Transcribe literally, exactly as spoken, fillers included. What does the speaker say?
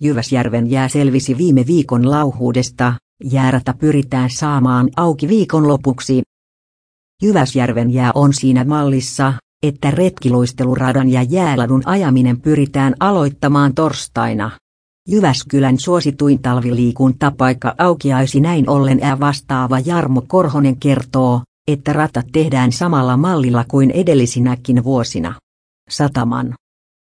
Jyväsjärven jää selvisi viime viikon lauhuudesta, jäärata pyritään saamaan auki viikonlopuksi. Jyväsjärven jää on siinä mallissa, että retkiluisteluradan ja jääladun ajaminen pyritään aloittamaan torstaina. Jyväskylän suosituin talviliikuntapaikka aukeaisi näin ollen ää vastaava Jarmo Korhonen kertoo, että ratat tehdään samalla mallilla kuin edellisinäkin vuosina. Sataman